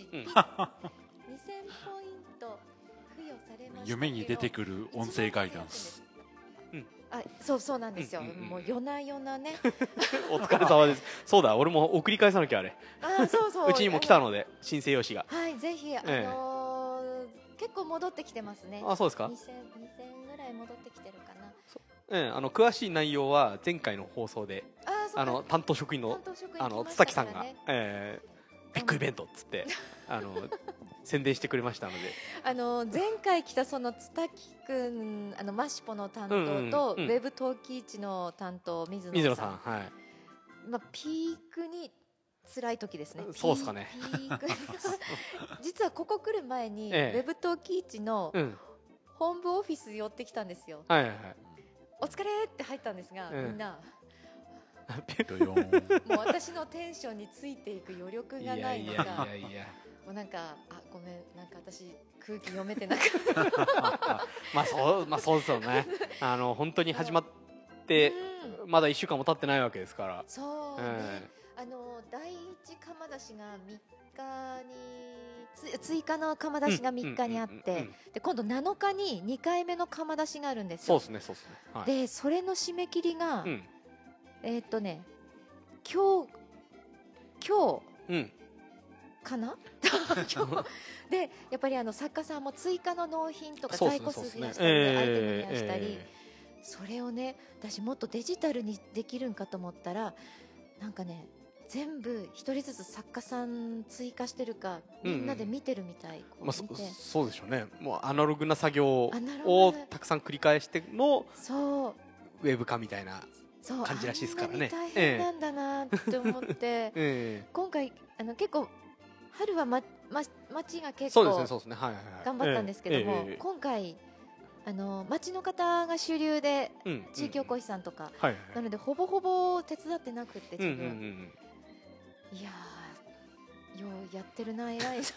ト付与されましたけど、 夢に出てくる音声ガイダンス。 そうなんですよ。もう夜な夜なねお疲れ様です。そうだ、俺も送り返さなきゃ。あれうちにも来たので申請用紙が。 ぜひ結構戻ってきてますね。 そうですか。2000 ぐらい戻ってきてるかな。 詳しい内容は前回の放送で担当職員の津滝さんがビッグイベントっつって宣伝してくれましたので、 前回来たその津滝くん、マシポの担当とウェブ陶器市の担当水野さん、ピークに辛い時ですね。 そうですかね。 実はここ来る前にウェブ陶器市の本部オフィス寄ってきたんですよ。お疲れって入ったんですが、みんなもう私のテンションについていく余力がないのか、もうなんかごめん、なんか私空気読めてなかったまあそうですよね。本当に始まってまだ1週間も経ってないわけですから。 そう、第一釜出しが3日に追加の釜出しが3日にあって、で今度7日に2回目の釜出しがあるんですよ。 そうですね。 でそれの締め切りが、今日かなでやっぱり作家さんも追加の納品とか在庫数増やしたり、アイテム増やしたり、それをね私もっとデジタルにできるんかと思ったら、なんかね全部一人ずつ作家さん追加してるかみんなで見てるみたい。 そうでしょうね。もうアナログな作業をたくさん繰り返してのウェブ化みたいな感じらしいですからね。 大変なんだなって思って今回結構春は街が結構頑張ったんですけども、今回町の方が主流で、地域おこしさんとか、なのでほぼほぼ手伝ってなくて自分、いやようやってるな偉い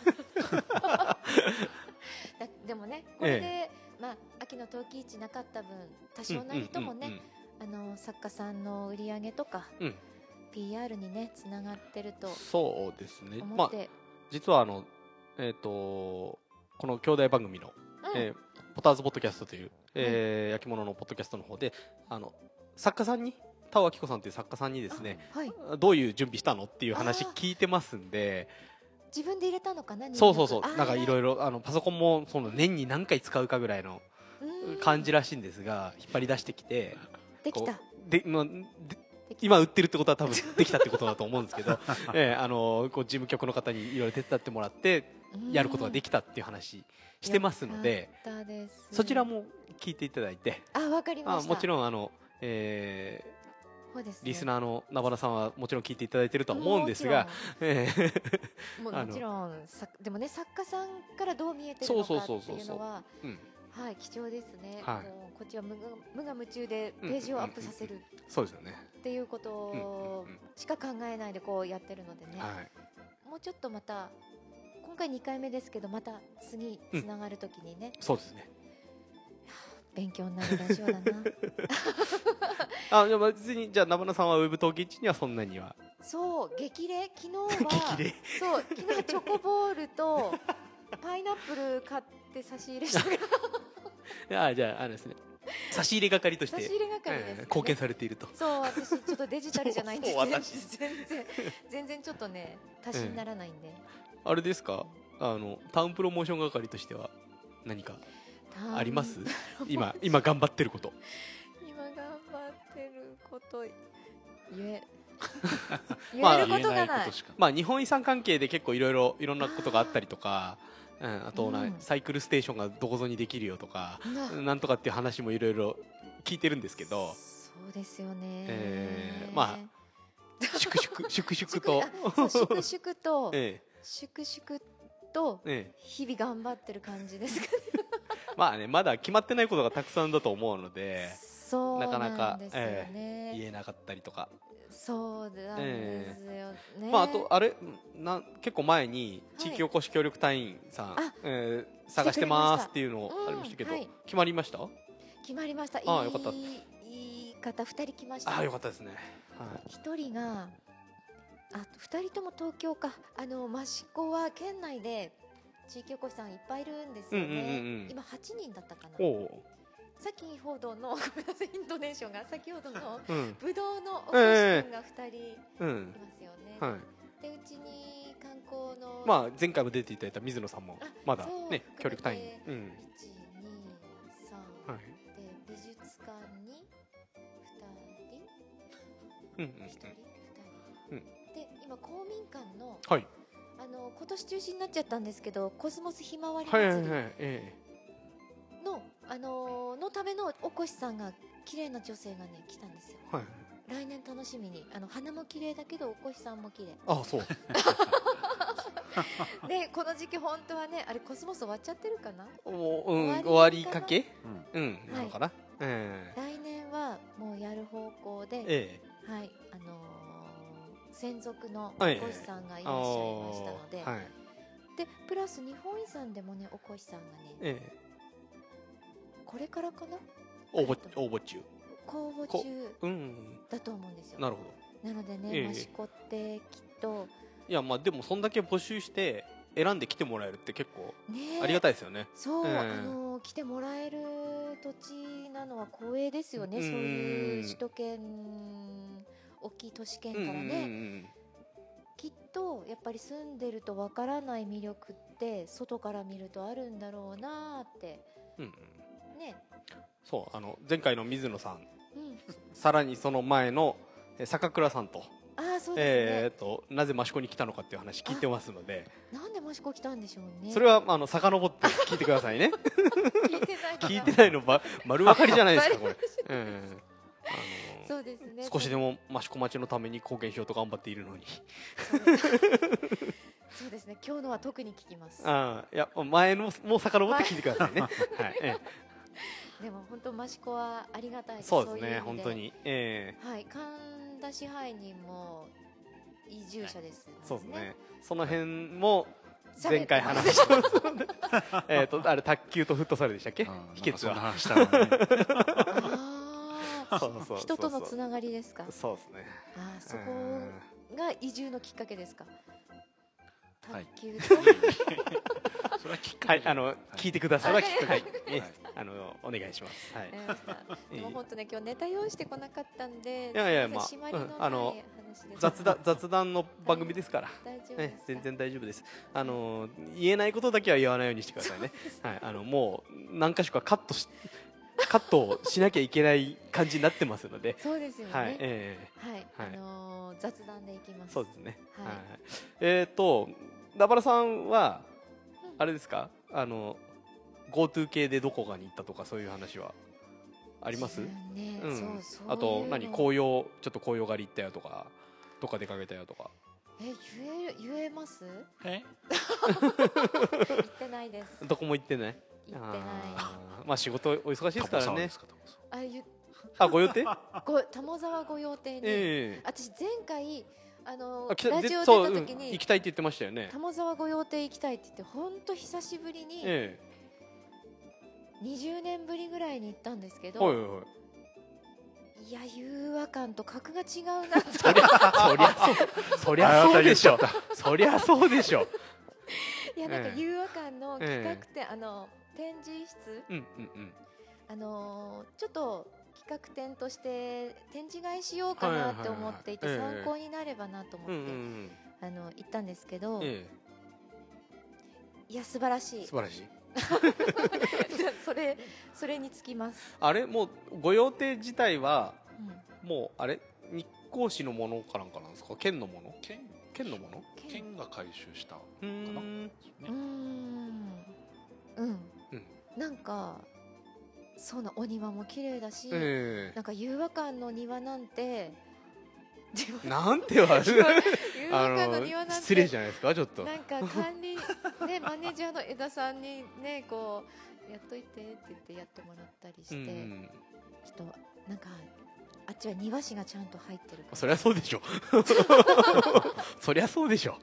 でもねこれで、秋の陶器市なかった分多少なりともね、作家さんの売り上げとか、PR にねつながってるとそうですね。 思って、 実はこの兄弟番組の、ポターズポッドキャストという、焼き物のポッドキャストの方で作家さんに田尾明子さんという作家さんにですね、どういう準備したのっていう話聞いてますんで。 自分で入れたのかな。 そうなんかいろいろパソコンも年に何回使うかぐらいの感じらしいんですが、引っ張り出してきてできた今売ってるってことは多分できたってことだと思うんですけど事務局の方にいろいろ手伝ってもらってやることができたっていう話してますので、そちらも聞いていただいて。 わかりました。 もちろんリスナーのナバナさんはもちろん聞いていただいているとは思うんですが、 もちろんでもね作家さんからどう見えてるのかっていうのは貴重ですね。こっちは無我夢中でページをアップさせるっていうことしか考えないでこうやってるのでね、もうちょっとまた今回2回目ですけど、また次つながるときにね、 そうですね、 勉強になるラジオだなじゃあ別にじゃあナバナさんはウェブ陶器市にはそんなには。 そう激励、昨日は昨日チョコボールとパイナップル買って差し入れしたからじゃあですね、差し入れ係として貢献されていると。 そう、私ちょっとデジタルじゃないんで全然ちょっとね足しにならないんで。 あれですか、タウンプロモーション係としては何かあります？今頑張ってること。 今頑張ってること言えることがない。 日本遺産関係で結構いろんなことがあったりとか、あとサイクルステーションがどこぞにできるよとか、なんとかっていう話もいろいろ聞いてるんですけど。 そうですよね。 粛々と日々頑張ってる感じですかね。まだ決まってないことがたくさんだと思うので、なかなか言えなかったりとか。 そうなんですよね。 あと結構前に地域おこし協力隊員さん探してますっていうのありましたけど、決まりました？ 決まりました。よかった。いい方2人来ました。 よかったですね。 1人が2人とも東京か。益子は県内で地域おこしさんいっぱいいるんですよね。今8人だったかな。先ほどのごめんなさい、イントネーションが先ほどのぶどうのおこし君が2人いますよね。でうちに観光の前回も出ていただいた水野さんもまだね協力隊員。1、2、3で美術館に2人、1人で今公民館の今年中止になっちゃったんですけど、コスモスひまわり祭りのためのおこしさんが綺麗な女性がね来たんですよ。来年楽しみに。花も綺麗だけどおこしさんも綺麗。 そうでこの時期本当はね、あれコスモス終わっちゃってるかな。 終わりかけなのかな。 来年はもうやる方向で、 専属のおこしさんがいらっしゃいましたので、でプラス日本遺産でもねおこしさんがね、これからかな、 応募中公募中だと思うんですよ。 なるほど。なのでね、益子ってきっと、 いやまあでもそんだけ募集して選んで来てもらえるって結構ありがたいですよね。 そう、来てもらえる土地なのは光栄ですよね。そういう首都圏、大きい都市圏からね、きっとやっぱり住んでるとわからない魅力って外から見るとあるんだろうなって、ね。 そう前回の水野さん、さらにその前の坂倉さんと、 そうですね、なぜ益子に来たのかっていう話聞いてますので、 なんで益子来たんでしょうね。 それは遡って聞いてくださいね。聞いてないの丸分かりじゃないですかこれ。 そうですね。 少しでも益子町のために貢献しようと頑張っているのに。 そうですね。今日のは特に聞きます。 いや前のもう遡って聞いてくださいね。はい。 でも本当益子はありがたいです。 そうですね、本当に。 はい、神田支配人も移住者です、ね。 そうですね。その辺も前回話したので、あれ卓球とフットサルでしたっけ？秘訣は。話したのね。人とのつながりですか。 そうですね。 そこが移住のきっかけですか。卓球と。 それはきっかけ。 聞いてください。お願いします。はい。 でも本当ね、今日ネタ用意してこなかったんで、 いやまあ雑談の番組ですから、全然大丈夫です。言えないことだけは言わないようにしてくださいね。はい。もう何箇所かカットをしなきゃいけない感じになってますので。 そうですよね。はい。雑談でいきます。 そうですね。はい。ダバラさんはあれですか、GoTo 系でどこかに行ったとかそういう話はあります？あとちょっと紅葉狩り行ったよとか、どっか出かけたよとか。 言えます？行ってないです。 どこも行ってない？ 行ってない。 まあ仕事お忙しいですからね。ご予定？ 玉沢御用邸に。私前回ラジオ出た時に行きたいって言ってましたよね。 玉沢御用邸行きたいって言って本当久しぶりに20年ぶりぐらいに行ったんですけど、いや融和感と格が違うなって。 そりゃそうでしょ。そりゃそうでしょ。 いやなんか融和感の企画展、展示室、ちょっと企画展として展示会しようかなって思っていて、参考になればなと思って行ったんですけど、いや素晴らしい。 素晴らしい。 それにつきます。 あれもう御用邸自体はもうあれ日光市のものかなんかなんですか？県のもの？県のもの？ 県が回収したかな。なんかそうな、お庭も綺麗だし、なんか融和館の庭なんてなんては失礼じゃないですか、ちょっと。 なんか管理ね、マネージャーの江田さんにね、こうやっといてって言ってやってもらったりして、ちょっとなんかあっちは庭師がちゃんと入ってるから。 そりゃそうでしょ。そりゃそうでしょ。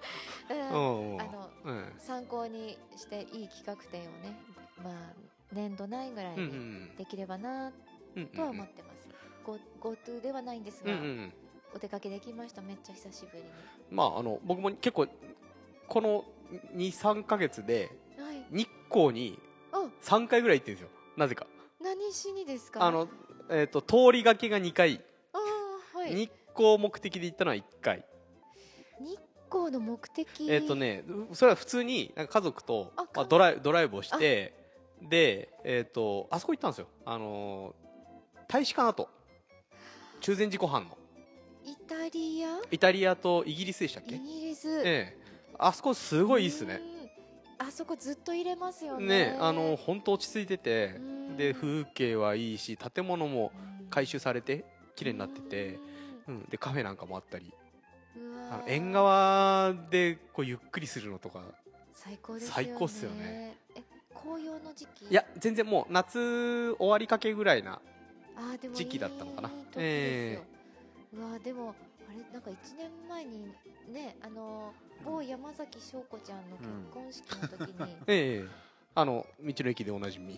参考にしていい企画展をね、まあ年度内ぐらいにできればなとは思ってます。GoTo ではないんですが、お出かけできました。めっちゃ久しぶりに。 まあ僕も結構この 2,3 ヶ月で日光に3回ぐらい行ってるんですよ。なぜか。 何しにですか？ 通りがけが2回、日光目的で行ったのは1回。 日光の目的、 それは普通になんか家族とドライブをして、であそこ行ったんですよ。大使館跡、中禅寺湖畔のイタリアとイギリスでしたっけ？ イギリス。 あそこすごいいいっすね。 あそこずっと入れますよね。 本当落ち着いてて、で風景はいいし、建物も改修されて綺麗になってて、でカフェなんかもあったり、縁側でこうゆっくりするのとか最高ですよね。 最高っすよね。 紅葉の時期？いや全然もう夏終わりかけぐらいな時期だったのかな。 うわでもあれなんか1年前にね某山崎翔子ちゃんの結婚式の時に、 道の駅でおなじみ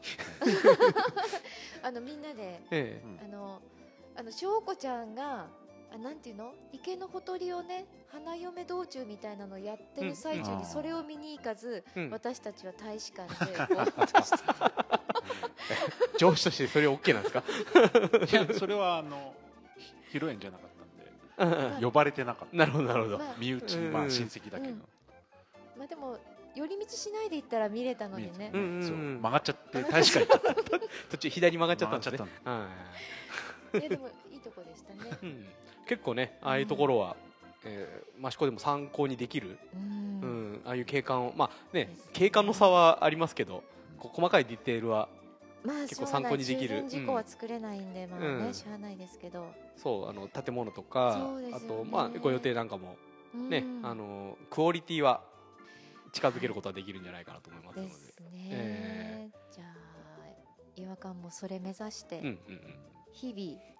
みんなで、翔子ちゃんがなんていうの池のほとりをね花嫁道中みたいなのをやってる最中にそれを見に行かず、私たちは大使館で上司としてそれ OK なんですか？ いやそれは披露宴じゃなかったんで呼ばれてなかった。 なるほどなるほど、 身内、親戚だけど、 まあでも寄り道しないで行ったら見れたのにね、 そう曲がっちゃって大使館行った途中左曲がっちゃったんですね。 でもいいとこでしたね。 結構ねああいうところは益子でも参考にできる、ああいう景観を景観の差はありますけど、細かいディテールは結構参考にできる。 修繕事故は作れないんでしゃあないですけど、 そう建物とかあとご予定なんかもねクオリティは近づけることはできるんじゃないかなと思いますので。 ですね。じゃあ違和感もそれ目指して日々。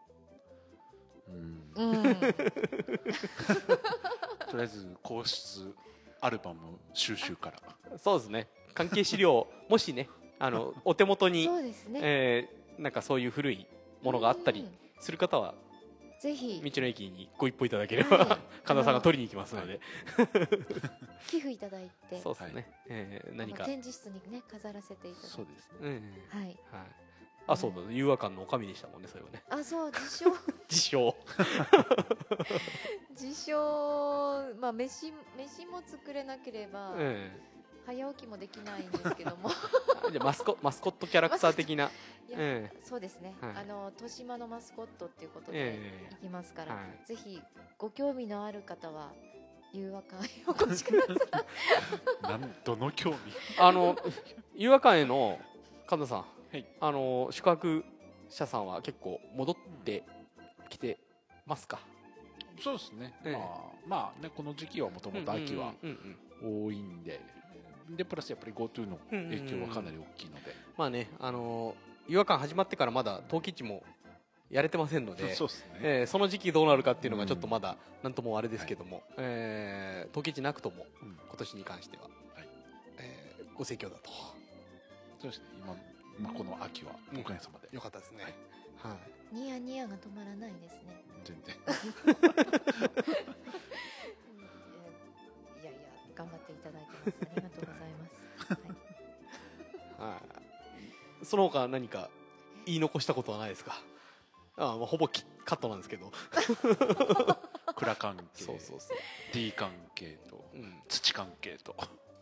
とりあえず皇室アルバム収集から。 そうですね。関係資料もしねお手元になんかそういう古いものがあったりする方はぜひ道の駅にご一報いただければ神田さんが取りに行きますので寄付いただいて、 そうですね。何か展示室にね飾らせていただいて、 そうですね。 はい。 そうだ、融和館の女将でしたもんね、それはね。 そう自称飯も作れなければ早起きもできないんですけどもじゃマスコットキャラクター的なそうですね、豊島のマスコットっていうことで行きますから、ぜひご興味のある方は融和館へお越しください。 どの興味？ 融和館への神田さん、宿泊者さんは結構戻ってきてますか？ そうですね。まあね、この時期はもともと秋は多いんで、プラスやっぱり GoTo の影響はかなり大きいので、 まあね、融和館始まってからまだ陶器市もやれてませんので、その時期どうなるかっていうのがちょっとまだなんともあれですけども、陶器市なくとも今年に関してはご盛況だと。 そうですね。この秋はおかげさまで良かったですね。 ニヤニヤが止まらないですね。 全然。 いや頑張っていただいてます。ありがとうございます。 その他何か言い残したことはないですか？ほぼカットなんですけど。 蔵関係、D 関係と土関係と。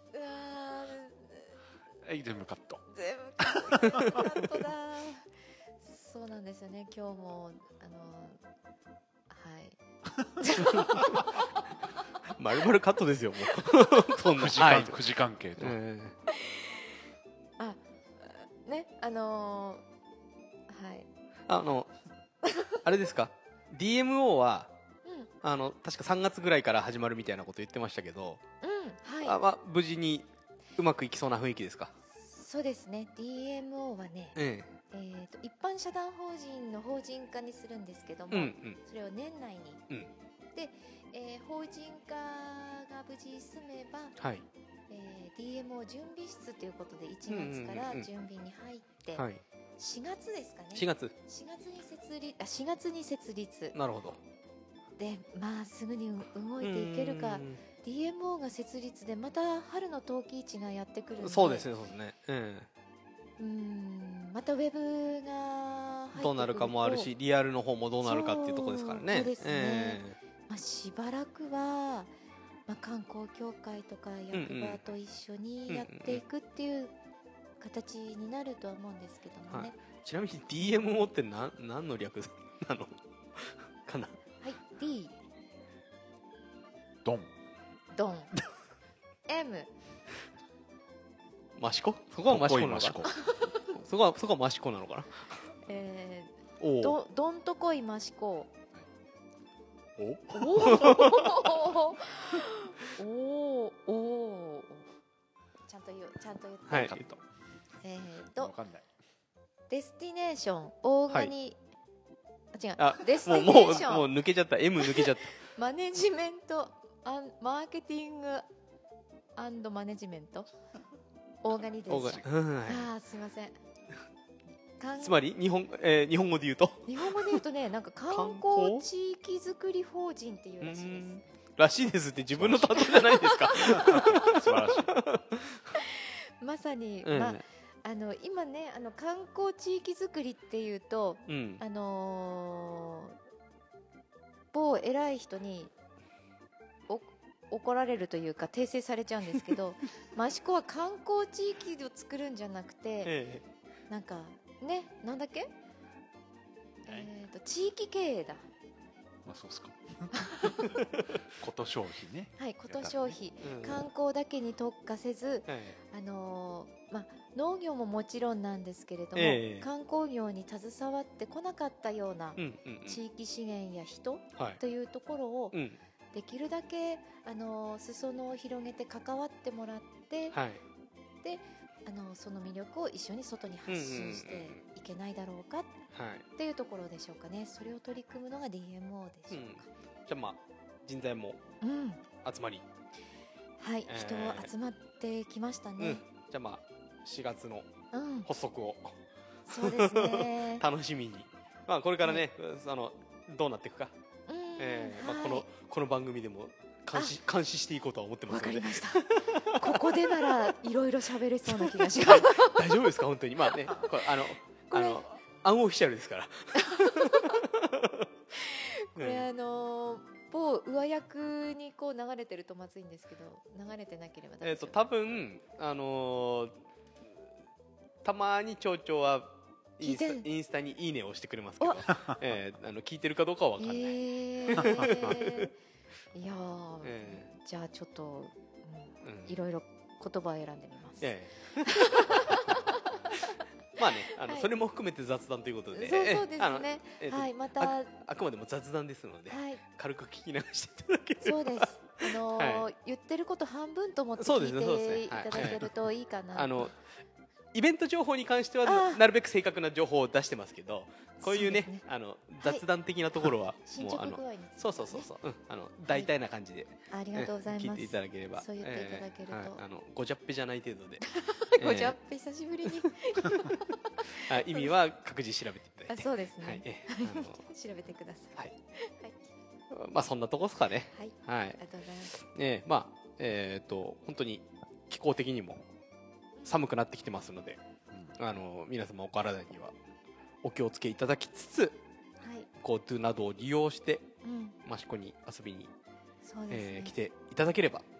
全部カット。 全部カットだ。そうなんですよね。今日も丸々カットですよもう。そんな富士関係と。 ねあれですか？ DMO は確か3月ぐらいから始まるみたいなこと言ってましたけど、無事にうまくいきそうな雰囲気ですか？ そうですね。 DMO はね、一般社団法人の法人化にするんですけども、それを年内に、で、法人化が無事済めば、DMO 準備室ということで1月から準備に入って、4月ですかね。4月に設立。 なるほど。 ですぐに動いていけるか。DMO が設立でまた春の陶器市がやってくるので、 そうですね。 またウェブが入ってくるとどうなるかもあるし、リアルの方もどうなるかっていうところですからね。 そうですね。しばらくは、観光協会とか役場と一緒にやっていくっていう形になるとは思うんですけどもね。 ちなみに DMO って何の略なのかな？ D ドン M 益子？そこは益子なのかな？そこは益子なのかな？ どんとこい益子。ちゃんと言って。 わかんない。 デスティネーションオーガニ、デスティネーションもう抜けちゃった。 M 抜けちゃった。 マネジメントマーケティング&マネジメントオーガニゼーション。あ、すいません。 つまり日本語で言うとね、なんか観光地域づくり法人っていうらしいです。って自分の担当じゃないですか。 素晴らしい。まさに、今ね、観光地域づくりっていうと、某偉い人に怒られるというか訂正されちゃうんですけど、益子は観光地域を作るんじゃなくて、なんかね、なんだっけ、地域経営だ。 まあそうですか。こと消費ね。 はい、こと消費、観光だけに特化せず、農業ももちろんなんですけれども、観光業に携わってこなかったような地域資源や人というところをできるだけ裾野を広げて関わってもらって、でその魅力を一緒に外に発信していけないだろうかっていうところでしょうかね。それを取り組むのが DMO でしょうか。 じゃあ人材も集まり、 はい、人集まってきましたね。 じゃあ4月の発足を、 そうですね。 楽しみに、これからね、どうなっていくか、この番組でも監視していこうとは思ってますので。わかりました。ここでならいろいろ喋れそうな気がします。 大丈夫ですか本当に。これアンオフィシャルですから。 これ某上役にこう流れてるとまずいんですけど、流れてなければ大丈夫。 多分たまに町長はインスタにいいねを押してくれますけど、聞いてるかどうかは分かんない。いやじゃあちょっといろいろ言葉を選んでみます。 それも含めて雑談ということで、 そうですね。はい、またあくまでも雑談ですので、軽く聞き流していただければ。 そうです。言ってること半分と思って聞いていただけるといいかな。 イベント情報に関してはなるべく正確な情報を出してますけど、こういうね、雑談的なところはもうそう大体な感じで聞いていただければ、 そう言っていただけるとごじゃっぺじゃない程度で。 ごじゃっぺ久しぶりに。 意味は各自調べていただいて。 そうですね。調べてください。 そんなとこですかね。 はい。ありがとうございます。 本当に気候的にも寒くなってきてますので、皆様お体にはお気をつけいただきつつ、GoTo などを利用して益子に遊びに来ていただければ、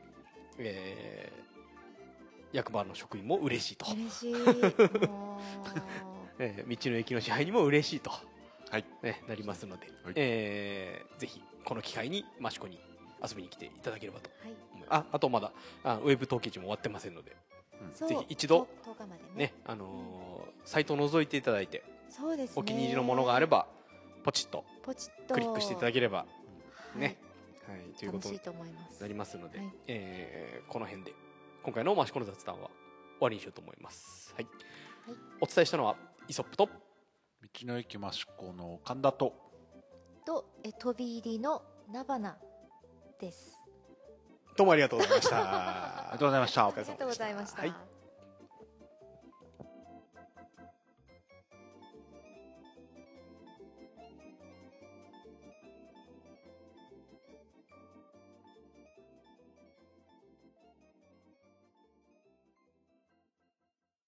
役場の職員も嬉しいと。 嬉しい。 道の駅の支配にも嬉しいと、なりますので、ぜひこの機会に益子に遊びに来ていただければと思います。あとまだウェブ統計値も終わってませんので、ぜひ一度ね、サイトを覗いていただいて、お気に入りのものがあればポチッとクリックしていただければね、ということになりますので、この辺で今回の益子の雑談は終わりにしようと思います。お伝えしたのはイソップと道の駅益子の神田と飛び入りの菜花です。 どうもありがとうございました。 ありがとうございました。 ありがとうございました。